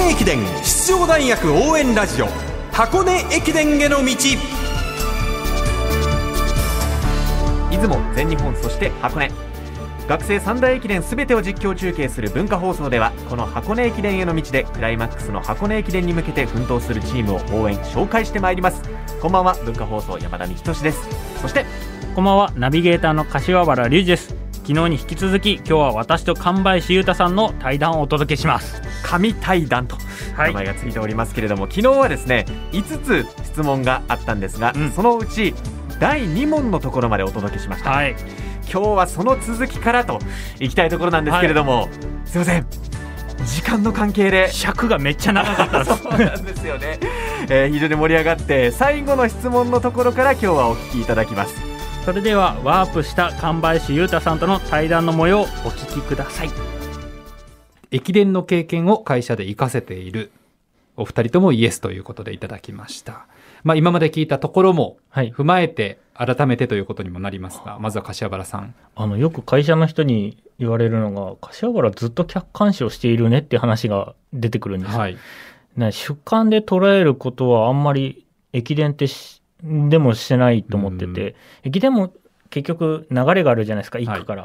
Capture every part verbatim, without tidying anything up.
根駅伝出場大学応援ラジオ、箱根駅伝への道。 出雲、全日本、そして箱根、学生三大駅伝すべてを実況中継する文化放送では、この箱根駅伝への道でクライマックスの箱根駅伝に向けて奮闘するチームを応援紹介してまいります。こんばんは、文化放送山田幹俊です。そしてこんばんは、ナビゲーターの柏原隆二です。昨日に引き続き今日は私と神林優太さんの対談をお届けします。 神対談と名前がついておりますけれども、はい、昨日はですねいつつ質問があったんですが、うん、そのうちだいに問のところまでお届けしました、はい、今日はその続きからといきたいところなんですけれども、はい、すいません、時間の関係で尺がめっちゃ長かったですそうなんですよね、えー、非常に盛り上がって最後の質問のところから今日はお聞きいただきます。 それではワープした神林優太さんとの対談の模様をお聞きください。 駅伝の経験を会社で活かせているお二人ともイエスということでいただきました。まあ、今まで聞いたところも踏まえて改めてということにもなりますが、はい、まずは柏原さん。 あのよく会社の人に言われるのが、柏原ずっと客観視をしているねっていう話が出てくるんです、はい、ね、主観で捉えることはあんまり駅伝ってしでもしてないと思ってて、駅伝も結局流れがあるじゃないですか、いっ区から、はい、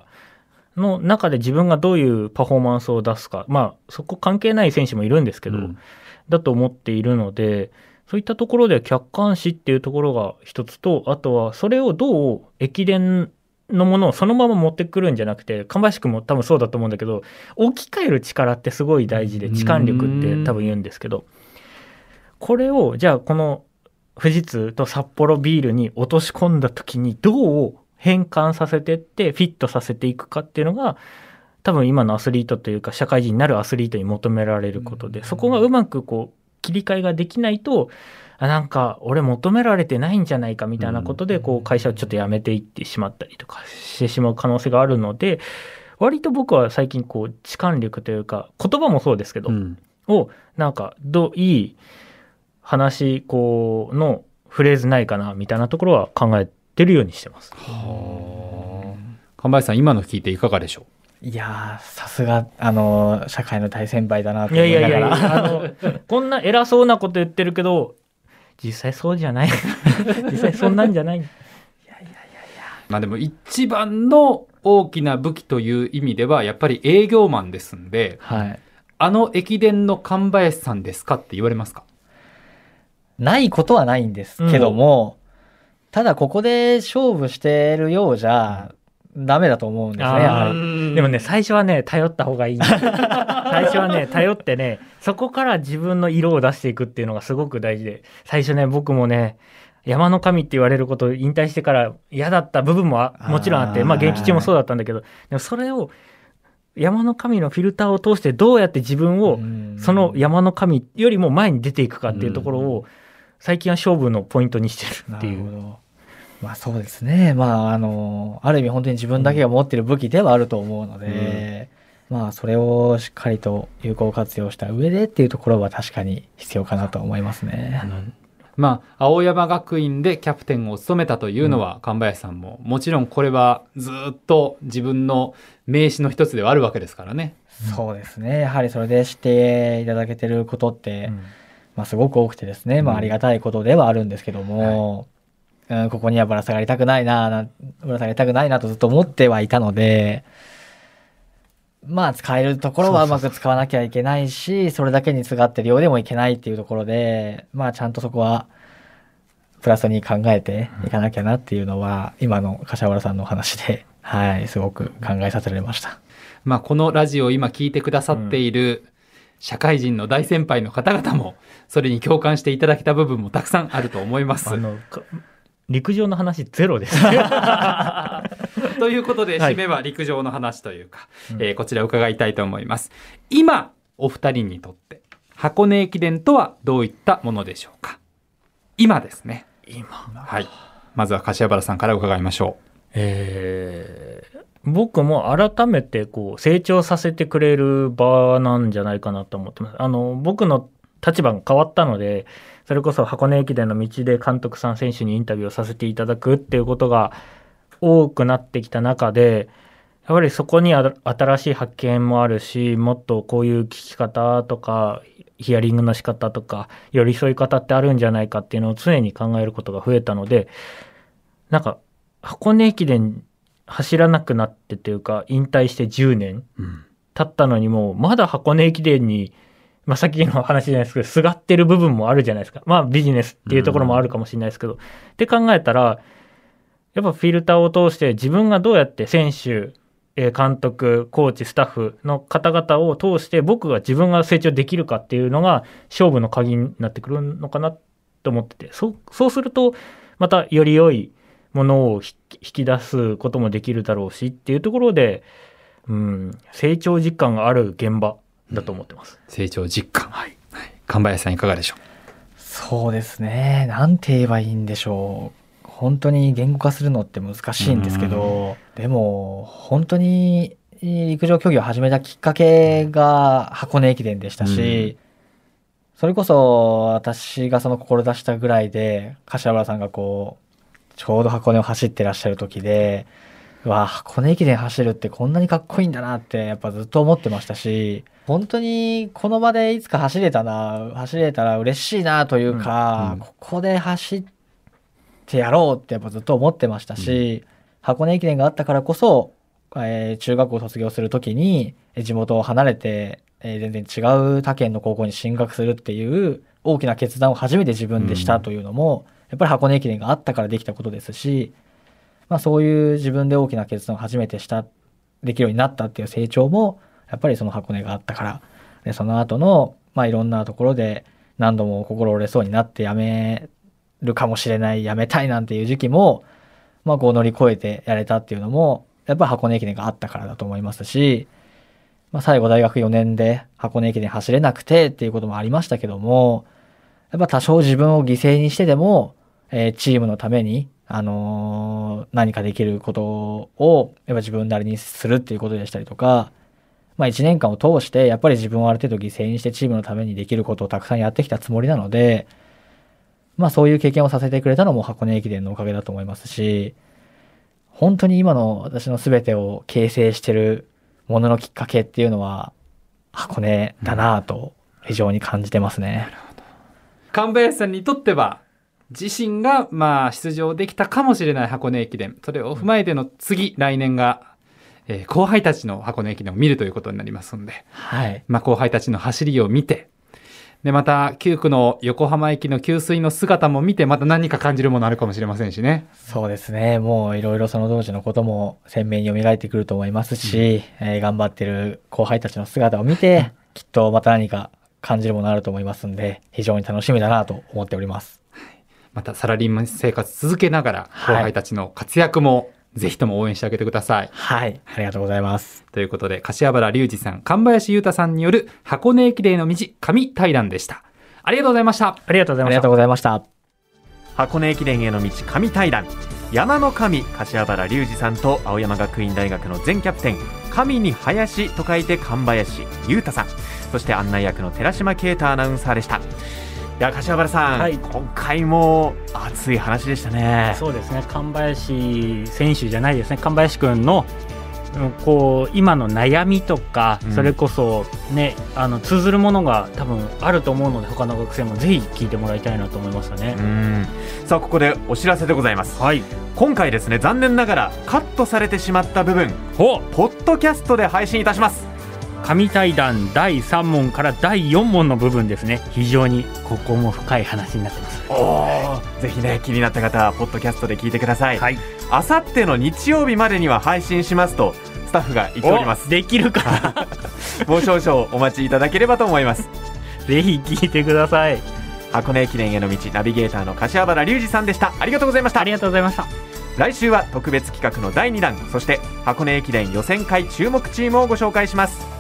の中で自分がどういうパフォーマンスを出すか、まあそこ関係ない選手もいるんですけど、うん、だと思っているので、そういったところで客観視っていうところが一つと、あとはそれをどう駅伝のものをそのまま持ってくるんじゃなくて、神林君も多分そうだと思うんだけど、置き換える力ってすごい大事で、置換力って多分言うんですけど、これをじゃあこの富士通と札幌ビールに落とし込んだ時にどう変換させてってフィットさせていくかっていうのが、多分今のアスリートというか社会人になるアスリートに求められることで、そこがうまくこう切り替えができないと、あ、なんか俺求められてないんじゃないかみたいなことでこう会社をちょっと辞めていってしまったりとかしてしまう可能性があるので、割と僕は最近こう知感力というか、言葉もそうですけど、うん、をなんかどういい話こうのフレーズないかなみたいなところは考えてるようにしてます。 はあ、神林さん、今の聞いていかがでしょう？ いやー、さすがあの社会の大先輩だなと思いながら、いやいやいや、 あのこんな偉そうなこと言ってるけど実際そうじゃない実際そんなんじゃないいやいやいやいや、 まあでも一番の大きな武器という意味ではやっぱり営業マンですんで、はい、あの駅伝の神林さんですかって言われますか？ ないことはないんですけども、うん、ただここで勝負してるようじゃダメだと思うんですね。やはりでもね、最初はね頼った方がいい最初はね頼ってね、そこから自分の色を出していくっていうのがすごく大事で、最初ね僕もね山の神って言われることを引退してから嫌だった部分ももちろんあって、まあ現役中もそうだったんだけど、でもそれを山の神のフィルターを通してどうやって自分をその山の神よりも前に出ていくかっていうところを最近は勝負のポイントにしてるっていう。 なるほど。まあそうですね。まああのある意味本当に自分だけが持っている武器ではあると思うので、うん、まあそれをしっかりと有効活用した上でっていうところは確かに必要かなと思いますね。 あのまあ青山学院でキャプテンを務めたというのは、うん、神林さんももちろんこれはずっと自分の名刺の一つではあるわけですからね。 そうですね。やはりそれで知っていただけてることって、うん、まあ、すごく多くてですね、まあ、ありがたいことではあるんですけども、うんうん、ここにはぶら下がりたくないな、なぶら下がりたくないなとずっと思ってはいたので、まあ使えるところはうまく使わなきゃいけないし、それだけにすがってるようでもいけないっていうところで、まあちゃんとそこはプラスに考えていかなきゃなっていうのは、うん、今の柏原さんのお話で、はい、すごく考えさせられました。 まあこのラジオを今聞いてくださっている、うん、社会人の大先輩の方々もそれに共感していただけた部分もたくさんあると思います。 あの陸上の話ゼロですということで、締めは陸上の話というか、はい、えー、こちら伺いたいと思います。今お二人にとって箱根駅伝とはどういったものでしょうか？今ですね。 今、 はい、まずは柏原さんから伺いましょう。 えー僕も改めてこう成長させてくれる場なんじゃないかなと思ってます。あの僕の立場が変わったので、それこそ箱根駅伝の道で監督さん選手にインタビューをさせていただくっていうことが多くなってきた中で、やっぱりそこに新しい発見もあるし、もっとこういう聞き方とかヒアリングの仕方とか寄り添い方ってあるんじゃないかっていうのを常に考えることが増えたので、なんか箱根駅伝走らなくなってというか引退してじゅうねん経ったのにもまだ箱根駅伝に、まあ、さっきの話じゃないですけどすがってる部分もあるじゃないですか。まあビジネスっていうところもあるかもしれないですけど、うん、って考えたらやっぱフィルターを通して自分がどうやって選手、監督、コーチ、スタッフの方々を通して僕が自分が成長できるかっていうのが勝負の鍵になってくるのかなと思ってて、そう、そうするとまたより良いものを引き出すこともできるだろうしっていうところで、うん、成長実感がある現場だと思ってます。 うん、成長実感。はい。はい、神林さんいかがでしょう？ そうですね。なんて言えばいいんでしょう。本当に言語化するのって難しいんですけど、でも本当に陸上競技を始めたきっかけが箱根駅伝でしたし、それこそ私がその志したぐらいで柏原さんがこうちょうど箱根を走ってらっしゃる時で、うわ箱根駅伝走るってこんなにかっこいいんだなってやっぱずっと思ってましたし、本当にこの場でいつか走れたな走れたら嬉しいなというか、うんうん、ここで走ってってやろうってやっぱずっと思ってましたし、うん、箱根駅伝があったからこそ、えー、中学校を卒業するときに地元を離れて、えー、全然違う他県の高校に進学するっていう大きな決断を初めて自分でしたというのも、うん、やっぱり箱根駅伝があったからできたことですし、まあ、そういう自分で大きな決断を初めてしたできるようになったっていう成長もやっぱりその箱根があったからで、その後の、まあ、いろんなところで何度も心折れそうになってやめるかもしれない、やめたいなんていう時期も、まあ、こう乗り越えてやれたっていうのもやっぱり箱根駅伝があったからだと思いますし、まあ、最後大学よねんで箱根駅伝走れなくてっていうこともありましたけども、やっぱ多少自分を犠牲にしてでも、えー、チームのために、あのー、何かできることをやっぱ自分なりにするっていうことでしたりとか、まあ、いちねんかんを通してやっぱり自分をある程度犠牲にしてチームのためにできることをたくさんやってきたつもりなので、まあそういう経験をさせてくれたのも箱根駅伝のおかげだと思いますし、本当に今の私の全てを形成してるもののきっかけっていうのは箱根だなぁと非常に感じてますね。 なるほど。神林さんにとっては自身がまあ出場できたかもしれない箱根駅伝、それを踏まえての次、来年が、えー、後輩たちの箱根駅伝を見るということになりますので、 はい。 まあ後輩たちの走りを見て、でまたきゅう区の横浜駅の給水の姿も見てまた何か感じるものあるかもしれませんしね。 そうですね。もういろいろその当時のことも鮮明に蘇ってくると思いますし、うんえー、頑張ってる後輩たちの姿を見てきっとまた何か感じるものあると思いますんで、非常に楽しみだなと思っております。 はい、またサラリーマン生活続けながら後輩たちの活躍も、はいぜひとも応援してあげてください。 はい、ありがとうございます。 ということで、柏原隆二さん、神林裕太さんによる箱根駅伝の道神対談でした。ありがとうございました。 ありがとうございました。 ありがとうございました。 箱根駅伝への道神対談、山の神柏原隆二さんと青山学院大学の前キャプテン神に林と書いて神林裕太さん、そして案内役の寺島啓太アナウンサーでした。いや柏原さん、はい、今回も熱い話でしたね。 そうですね、神林選手じゃないですね、神林君のこう今の悩みとか、うん、それこそねあの通ずるものが多分あると思うので、他の学生もぜひ聞いてもらいたいなと思いましたね。 うん、さあここでお知らせでございます。 はい、 今回ですね残念ながらカットされてしまった部分をポッドキャストで配信いたします。 神対談だいさん問からだいよん問の部分ですね、非常にここも深い話になってます。 おぜひね気になった方はポッドキャストで聞いてください。 はい、 あさっての日曜日までには配信しますとスタッフが言っております。 できるかもう少々お待ちいただければと思います。 ぜひ聞いてください。 箱根駅伝への道ナビゲーターの柏原隆二さんでした。ありがとうございました。 ありがとうございました。 来週は特別企画のだいにだん、そして箱根駅伝予選会注目チームをご紹介します。